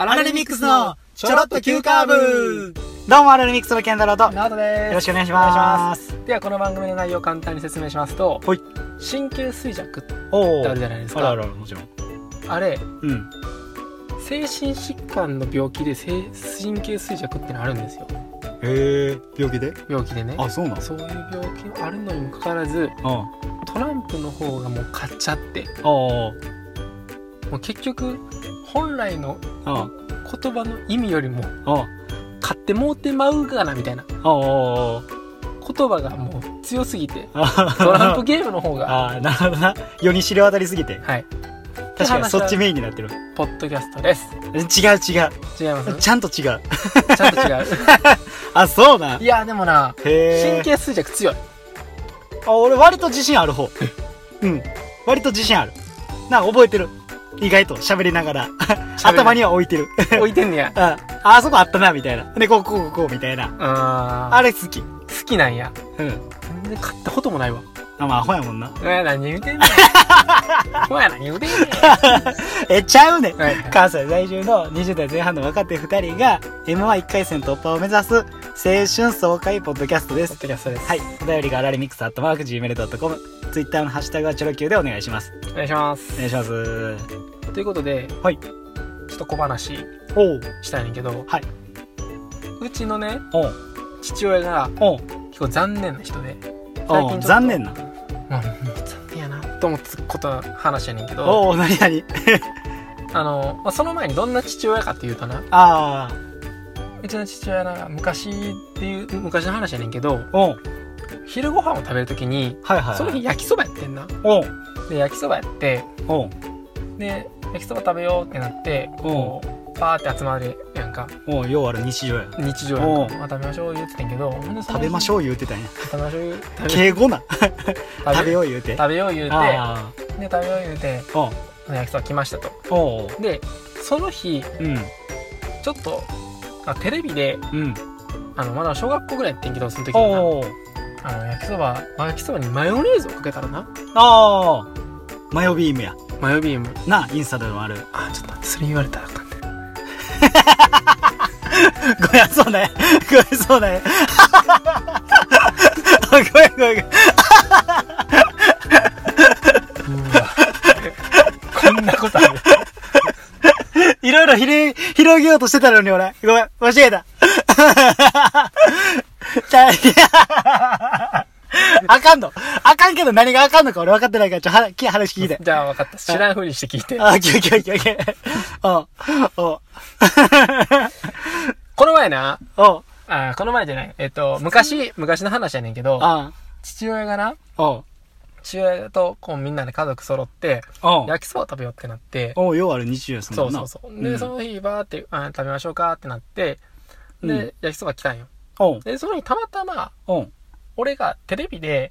アラレミックスのちょろっと急カーブ。どうもアラレミックスの健太郎とナオトです。 よろしくお願いします。 ではこの番組の内容を簡単に説明しますと、 はい、 神経衰弱ってあるじゃないですか。 あるもちろん。 あれ、精神疾患の病気で神経衰弱ってのあるんですよ。 へえ、病気でね。あ、そうなの。 そういう病気あるのにもかかわらず、トランプの方がもう勝っちゃって、もう結局本来の言葉の意味よりも勝ってもうてまうがなみたいな言葉がもう強すぎて、トランプゲームの方がなるほどな。世に知れ渡りすぎて。 はい、 確かにそっちメインになってる。 ポッドキャストです。 違います。ちゃんと違う。あ、そうなん。 いやでもな、神経衰弱強い。 俺割と自信ある方。割と自信ある。なんか覚えてる。意外と喋りながら頭には置いてる。 置いてんねや。 あそこあったなみたいな。でこうみたいな。あれ好きなんや。全然買ったこともないわ。 まあアホやもんな。 何言うてんねん。アホや何言うてんねん。 ちゃうねん。関西在住の20代前半の若手2人が M11 回戦突破を目指す青春爽快ポッドキャストです。はい。お便りがアラレミックス@gmail.com、ツイッターのハッシュタグはチョロ Q でお願いします。 お願いします。ということで、 はい。 ちょっと小話したいねんけど、はい。うちのね、父親が結構残念な人で、最近残念な。 残念やなと思ったこと話やねんけど、 何その前にどんな父親かっていうとな、うちの父親な、昔の話やねんけど、昼ご飯を食べるときに、その日焼きそばやってんな。で焼きそばやって、で焼きそば食べようってなって、パーって集まるやんか。 要はある日常やんか。 食べましょう言うてたんやけど、 食べましょう言うてたんや。 食べましょう言う敬語な。食べよう言うて、で食べよう言うて焼きそば来ましたと。でその日、ちょっとテレビで、まだ小学校ぐらいやってんけど、その時に焼きそばにマヨネーズをかけたらな。 マヨビームや。 マヨビームな、インスタでもある。 ちょっと待って、それ言われたらあかんね。 ごめん、そうね。ごめん。 こんなことある。 いろいろ広げようとしてたのに俺。ごめん、間違えた。あかんけど何があかんのか俺分かってないから、話聞いて。 じゃあ分かった。知らんふうにして聞いて。 オッケー。 この前な、この前じゃない。昔の話やねんけど、父親がな、父親とみんなで家族揃って、焼きそば食べようってなって、 要はある日常や。 そう。で、その日バーって食べましょうかってなって、で、焼きそば来たんよ。で、その日たまたま、俺がテレビで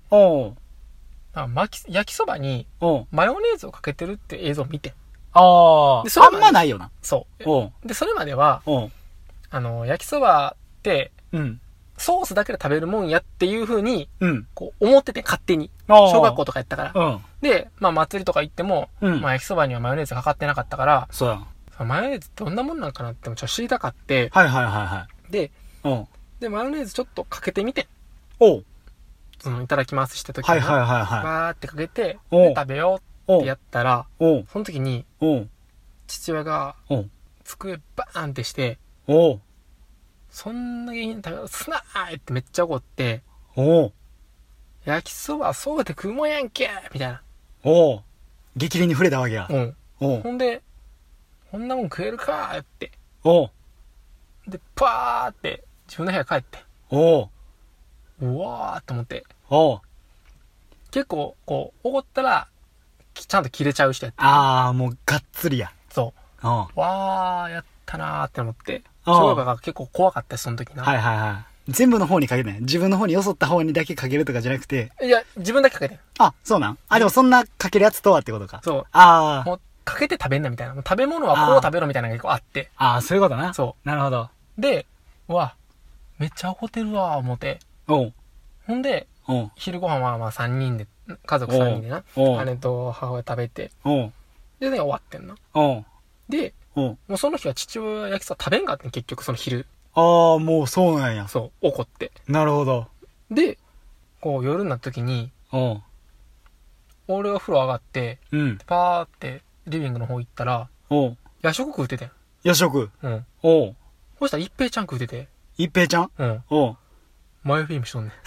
焼きそばにマヨネーズをかけてるって映像を見て、 あんまないよな。 そうで、それまでは焼きそばってソースだけで食べるもんやっていう風に思ってて、勝手に小学校とかやったから。で祭りとか行っても焼きそばにはマヨネーズかかってなかったから、マヨネーズどんなもんなんかなってちょっと知りたかって、でマヨネーズちょっとかけてみて、いただきますした時にバーってかけて食べようってやったら、その時に父親が机バーンってして、そんな芸人食べようすなーってめっちゃ怒って、焼きそばそうやって食うもんやんけみたいな。 激励に触れたわけや。 ほんで、こんなもん食えるかーって。でパーって自分の部屋帰って、うわーって思って、結構怒ったらちゃんと切れちゃう人やった。 もうがっつりや。 わーやったなーって思って、小学校が結構怖かったし、その時な。 全部の方にかけてない。自分の方によそった方にだけかけるとかじゃなくて。 いや、自分だけかけてん。 そうなん。でもそんなかけるやつとはってことか。 もうかけて食べんなみたいな。食べ物はこう食べろみたいなのが結構あって。 そういうことな。なるほど。 で、めっちゃ怒ってるわー思って。ほんで、昼ご飯は3人で、家族3人でな、姉と母親食べて、でね、終わってんな。で、 もうその日は父親は焼きそば食べんかったん、結局その昼。 ああ、もうそうなんや。 そう、怒って。 なるほど。 で、こう夜になった時に、俺が風呂上がって、パーってリビングの方行ったら、夜食食うててん。 夜食そしたら一平ちゃん食うてて。 一平ちゃんマイフィルムしとんね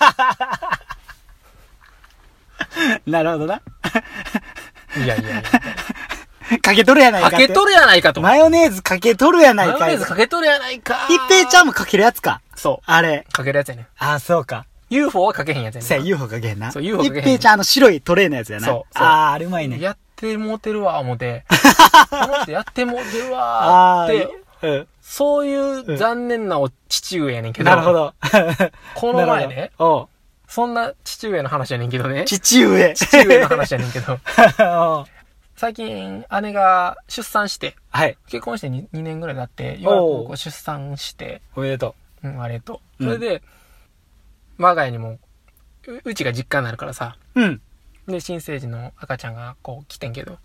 ん。なるほどな。 いや。 かけとるやないか。 かけとるやないかと。 マヨネーズかけとるやないか。 マヨネーズかけとるやないか。 一平ちゃんもかけるやつか。 そう。 あれ。 かけるやつやね。 ああ、そうか。 UFO はかけへんやつやね。 そうや、UFO かけへんな。 そう、UFO かけへん。 一平ちゃん白いトレーのやつやな。 そう。 ああ、あれうまいね。 やってもうてるわ、思て。この人やってもうてるわーって。そういう残念な父上やねんけど。 なるほど。 この前ね。そんな父上の話やねんけどね。 父上の話やねんけど。最近、姉が出産して、結婚して 2年ぐらい経って、ようやく出産して、 おめでとう。ありがとう。それで、我が家にも、うちが実家になるからさ、で、新生児の赤ちゃんがこう来てんけど。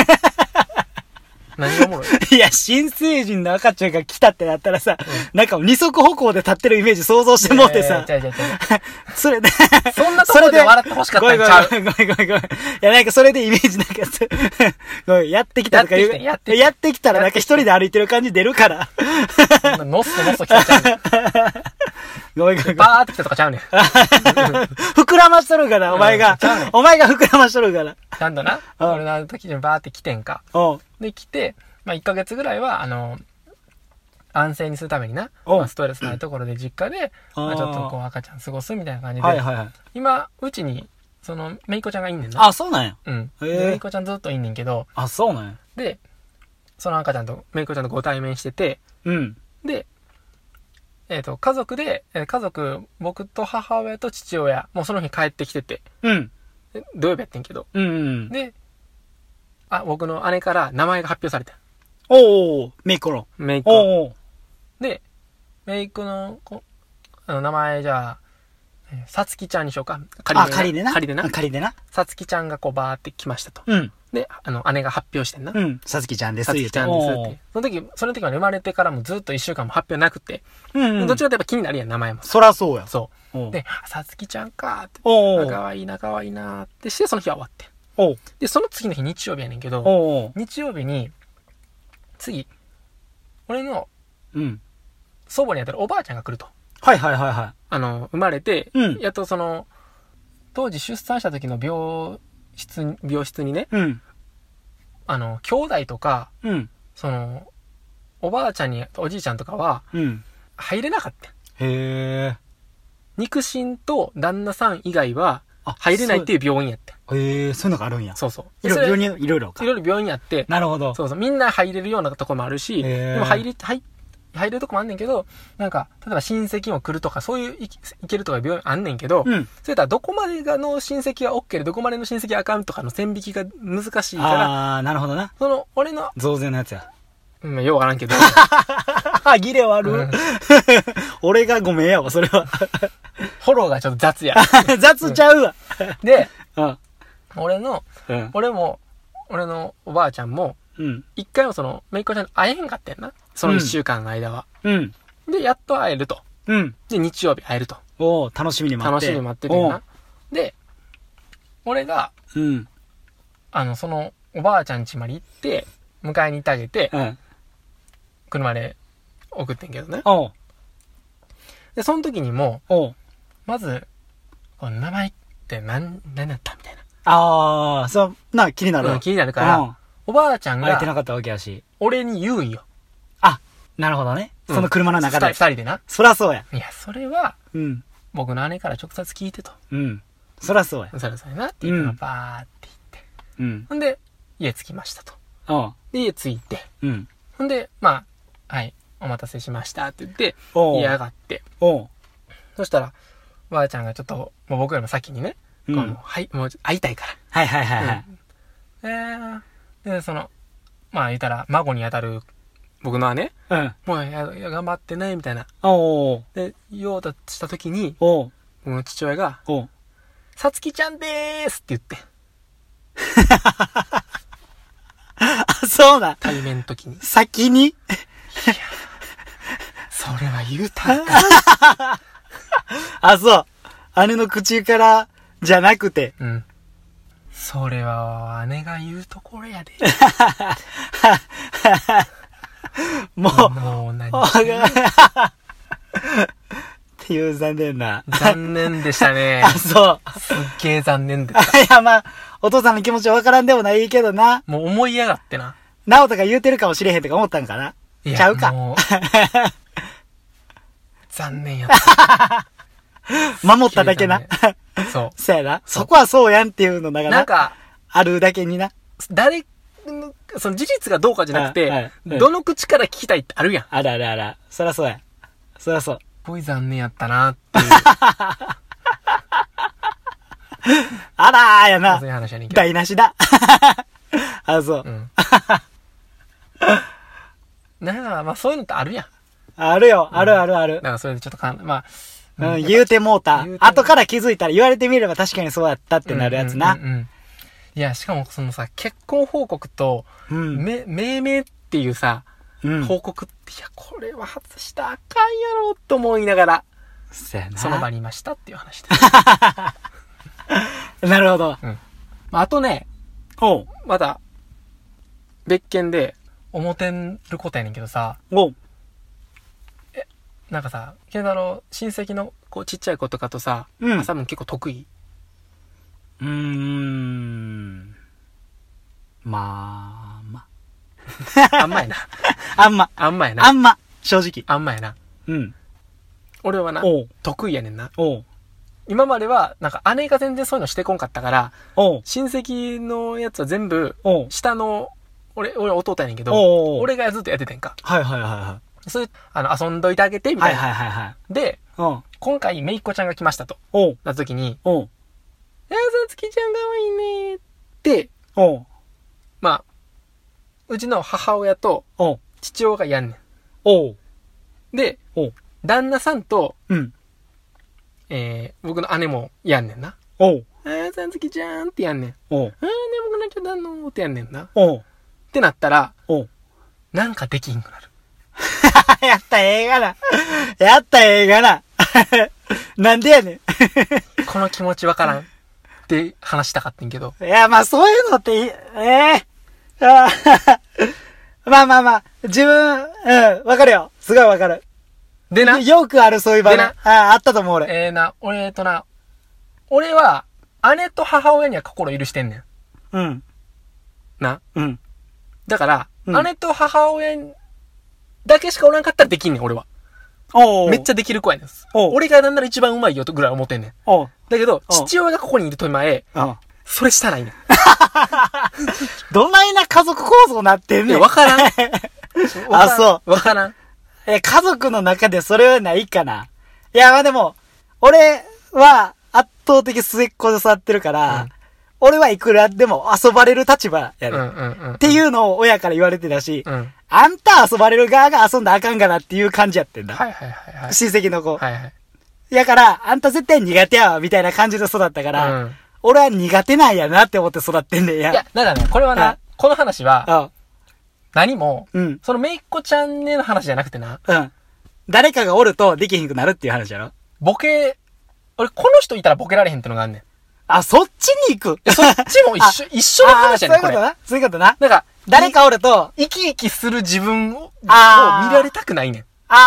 何がおもろい？ いや、新成人の赤ちゃんが来たってなったらさ、なんか二足歩行で立ってるイメージ想像してもうてさ。それで、 そんなところで笑ってほしかったんちゃう？ ごめん。いや、なんかそれでイメージなんかごめん、やってきたとか言う。やってきたらなんか一人で歩いてる感じ出るから。 のっそ来たちゃうねん。 ごめん。 バーって来たとかちゃうねん。 膨らましとるから、お前が。お前が膨らましとるから。 ちゃんとな。俺の時にバーって来てんか。で、来て、1ヶ月ぐらいは、安静にするためにな、ストレスないところで実家で、ちょっとこう赤ちゃん過ごすみたいな感じで、今、うちに、めいこちゃんがいんねんな。 あ、そうなんや。 めいこちゃんずっといんねんけど、 あ、そうなんや。 で、その赤ちゃんと、めいこちゃんとご対面してて、で、家族、僕と母親と父親、もうその日帰ってきてて、土曜日やってんけど、で、僕の姉から名前が発表された。めいっ子の。めいっ子。で、めいっ子の名前じゃあ、さつきちゃんにしようか。 仮でな。 仮でな。さつきちゃんがこうバーって来ましたと。で、姉が発表してんな。 さつきちゃんです。 さつきちゃんですって。その時は生まれてからもずっと1週間も発表なくて。どっちかとやっぱ気になるやん、名前も。 そらそうや。 そう。で、さつきちゃんかって。かわいいなってして、その日は終わって。で、その次の日日曜日やねんけど、日曜日に、次、俺の、祖母にあたるおばあちゃんが来ると。生まれて、やっと当時出産した時の病室にね、兄弟とか、おばあちゃんに、おじいちゃんとかは、入れなかった。肉親と旦那さん以外は、入れないっていう病院やって。 そういうのがあるんや。 そうそう。 いろいろ病院やって。 なるほど。 そうそう。みんな入れるようなとこもあるし、でも入れるとこもあんねんけど、なんか、例えば親戚も来るとか、そういう行けるとか病院あんねんけど、それとはどこまでの親戚は OK で、どこまでの親戚はあかんとかの線引きが難しいから。 なるほどな。 俺の。 増税のやつや。 ようわからんけど。 ギレはある。俺がごめんやわ、それは。 フォローがちょっと雑や。 雑ちゃうわ。 で、俺も、俺のおばあちゃんも、一回もめいっ子ちゃんと会えへんかったんな。その一週間の間は。で、やっと会えると。で、日曜日会えると。 楽しみに待って。 楽しみに待っててんな。で、俺が、そのおばあちゃん家まで行って、迎えに行ってあげて、車で送ってんけどね。で、その時にも、まず、この名前って何だったみたいな。 気になる。 気になるから、おばあちゃんが、 会えてなかったわけやし。 俺に言うんよ。 なるほどね。その車の中で。 二人でな。 そらそうや。 いや、それは、僕の姉から直接聞いてと。 そらそうや。 そらそうやなって言って、バーって言って。ほんで、家着きましたと。で、家着いて。ほんで、はい、お待たせしましたって言って、家上がって。そしたら、ばあちゃんがちょっと、もう僕よりも先にね、もう会いたいから。で、言ったら、孫にあたる、僕の姉、もう頑張ってね、みたいな。で、言おうとした時に、僕の父親が、さつきちゃんでーすって言って。 そうだ。 対面の時に。 先にいや、 それは言うたんか。あ、そう。姉の口からじゃなくて。 うん。それは姉が言うところやで。 もう何っていう残念な。 残念でしたね。 あ、そう。 すっげえ残念でした。 いや、まあ、お父さんの気持ちわからんでもないけどな。 もう思いやがってな。 なおとか言うてるかもしれへんとか思ったんかな。ちゃうか。 残念やった。 守っただけな。 そう。 そうやな。そこはそうやんっていうのだから。 なんか、 あるだけにな。 その事実がどうかじゃなくて、どの口から聞きたいってあるやん。 あらあらあら。そらそうや。そらそう。 すごい残念やったなっていう。 あらーやな。 そういう話やねんけど。 台無しだ。あ、そう。うん。 なんか、まあそういうのってあるやん。 あるよ。あるあるある。 だからそれでちょっとまあ、言うてもうた。後から気づいたら言われてみれば確かにそうやったってなるやつな。 いや、しかもそのさ、結婚報告と、命名っていうさ、報告って、いや、これは外したらあかんやろと思いながら、その場にいましたっていう話で。 なるほど。 あとね、まだ、別件で、思ってることやねんけどさ、なんかさ、ケンタロウ、親戚のこうちっちゃい子とかとさ、朝も結構得意？ まあ。 あんまやな。 あんまやな。正直。 あんまやな。俺はな、得意やねんな。今までは、なんか姉が全然そういうのしてこんかったから、親戚のやつは全部、下の、俺弟やねんけど、俺がずっとやっててんか。 はいはいはいはい。 そういう、遊んどいてあげて、みたいな。 はいはいはいはい。 で、今回、めいっ子ちゃんが来ましたと。なった時に、さつきちゃんかわいいねって、まあ、うちの母親と、父親がやんねん。で、旦那さんと、僕の姉もやんねんな。さつきちゃんってやんねん。眠くなっちゃったのってやんねんな。ってなったら、なんかできんくなる。 やった映画な。やった映画な。なんでやねん。 この気持ちわからんって話したかったんけど。 いや、まあそういうのって、まあ、自分、わかるよ。すごいわかる。 でな。 よくあるそういう場面。あったと思う俺。 俺は、姉と母親には心許してんねん。な。だから、姉と母親だけしかおらんかったらできんねん、俺は。めっちゃできる子やねん。俺がなんなら一番うまいよとぐらい思ってんねん。だけど、父親がここにいると前、それしたないねん。 どないな家族構造なってんねん。 わからん。 あ、そう。 わからん。 家族の中でそれはないかな。いや、まあでも、俺は圧倒的末っ子で育ってるから、俺はいくらでも遊ばれる立場やる。っていうのを親から言われてたし、あんた遊ばれる側が遊んだらあかんかなっていう感じやってんだ。親戚の子。やから、あんた絶対苦手やわ、みたいな感じで育ったから、俺は苦手なんやなって思って育ってんねんや。 いや、だからね、これはな、この話は、何も、そのめいっ子ちゃんねの話じゃなくてな。 誰かがおるとできへんくなるっていう話やろ。 俺、この人いたらボケられへんってのがあんねん。 あ、そっちに行く。 そっちも一緒の話やねん、これ。 そういうことな。 なんか、 誰かおると、 生き生きする自分を見られたくないねん。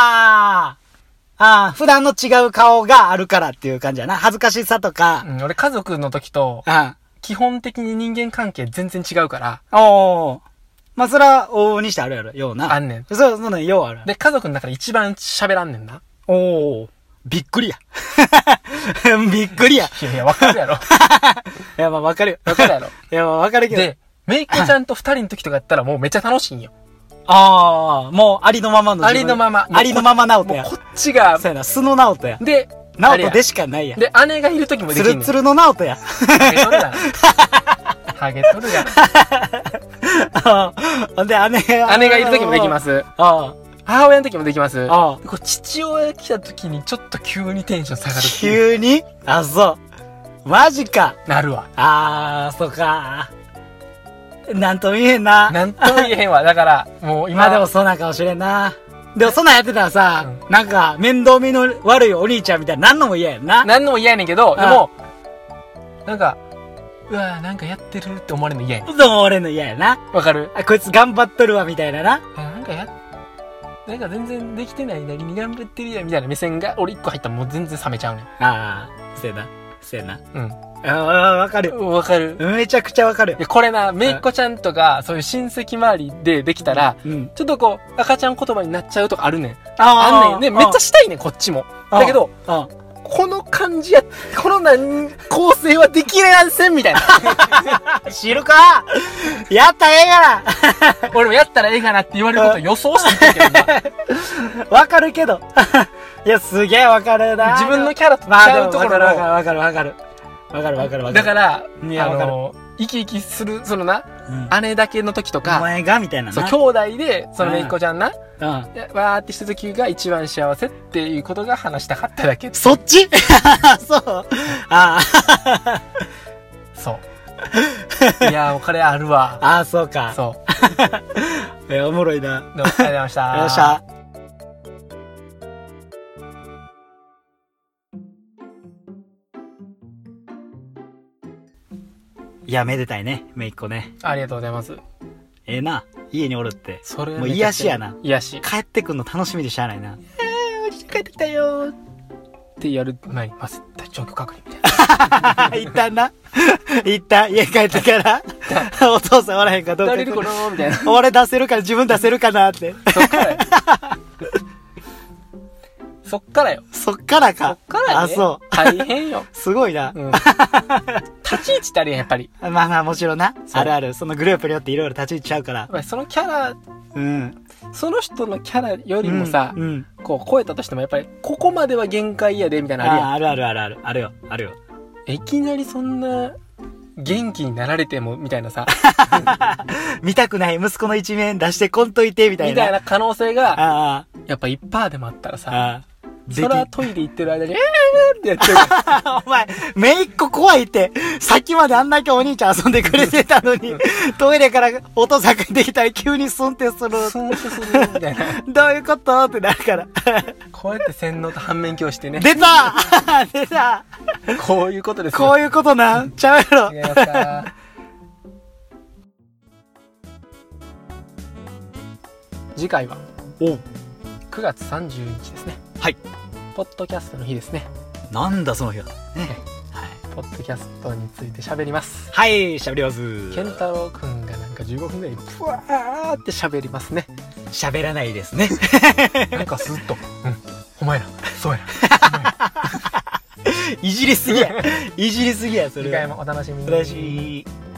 普段の違う顔があるからっていう感じやな。恥ずかしさとか。 俺家族の時と、基本的に人間関係全然違うから。 まあ、それは往々にしてあるやろ、ような。 あんねん。 そうね、ようある。 で、家族の中で一番喋らんねんな。 びっくりや。びっくりや。 いや、わかるやろ。 いや、まあわかるよ。 わかるやろ。 いや、まあわかるけど。 で、めいっ子ちゃんと二人の時とかやったらもうめっちゃ楽しいんよ。 もうありのままのありのまま。 ありのままナオトや。 こっちが。 そうやな、素のナオトや。 で、 ナオトでしかないや。 で、姉がいる時もできる。 ツルツルのナオトや。 ハゲとるやん。ハゲとるやん。 ほんで、 姉がいる時もできます。母親の時もできます。父親来た時にちょっと急にテンション下がる。 急に？そう。マジか。 なるわ。 そうか。 なんとも言えへんな。 なんとも言えへんわ。だから、もう今。 でもそうなんかもしれんな。でもそんなんやってたらさ、なんか面倒見の悪いお兄ちゃんみたいななんのも嫌やんな。 なんのも嫌やねんけど、でも、なんか、うわーなんかやってるって思われるの嫌やねん。 そう思われるの嫌やな。 わかる？ こいつ頑張っとるわみたいなな。 なんか全然できてないなりに頑張ってるやんみたいな目線が俺一個入ったらもう全然冷めちゃうねん。 ああ、せやな。せやな。 うん。 ああ、わかる。 わかる。 めちゃくちゃわかる。 これな、めいっ子ちゃんとか、そういう親戚周りでできたら、ちょっとこう、赤ちゃん言葉になっちゃうとかあるねん。あんねん。で、めっちゃしたいねん、こっちも。だけど、この感じや、この構成はできませんみたいな。 知るかやったらええがな俺もやったらええがなって言われること予想してるけどわかるけど。いや、すげえわかるな。 自分のキャラとちゃうところわかる。だから、 生き生きする、そのな、姉だけの時とか、 お前がみたいな。 そう、兄弟で、そのめいっ子ちゃんな、わーってした時が一番幸せっていうことが話したかっただけ。 そっちそうああ。 そう。いやー、これあるわ。 ああ、そうか。 そう。 おもろいな。 どうもありがとうございました。 よっしゃ。いや、めでたいね、めいっ子ね。 ありがとうございます。 ええな、家におるって。 それもう癒しやな。 癒し。 帰ってくんの楽しみでしゃあないな。 おじちゃん帰ってきたよーってやる前に、まず、状況確認みたいな。 一旦な。一旦家帰ってから、お父さんおらへんかどうか。 誰いるかなみたいな。 俺出せるか自分出せるかなって。 そっからよ。そっからよ。 そっからか。 そっからね。 あ、そう。 大変よ。 すごいな。 立ち位置ってあるやん、やっぱり。 まあもちろんな。あるある。そのグループによっていろいろ立ち位置ちゃうから。 やっぱりそのキャラ、その人のキャラよりもさ、こう超えたとしてもやっぱり、ここまでは限界やで、みたいなのあるやん。 あるあるあるある。あるよ。あるよ。 いきなりそんな、元気になられても、みたいなさ。 見たくない息子の一面出してこんといて、みたいな。 みたいな可能性が、やっぱ 1% でもあったらさ、そらトイレ行ってる間に、ってやってる。 お前、めいっ子怖いって。さっきまであんだけお兄ちゃん遊んでくれてたのに、トイレからお父さん帰ってきたら急にスンってする。 スンってするみたいな。 どういうことってなるから。 こうやって洗脳と反面教師してね。 出た出たこういうことですよ。 こういうことな。ちゃうやろ。 違いますか。次回は9月30日ですね。 はい。 ポッドキャストの日ですね。 なんだその日は。ね。 はい。ポッドキャストについて喋ります。 はい、喋ります。 健太郎くんがなんか15分ぐらいふわーって喋りますね。 喋らないですね。 なんかスッと。お前ら、そうやな。 いじりすぎや。いじりすぎや、それは。 次回もお楽しみに。 お楽しみに。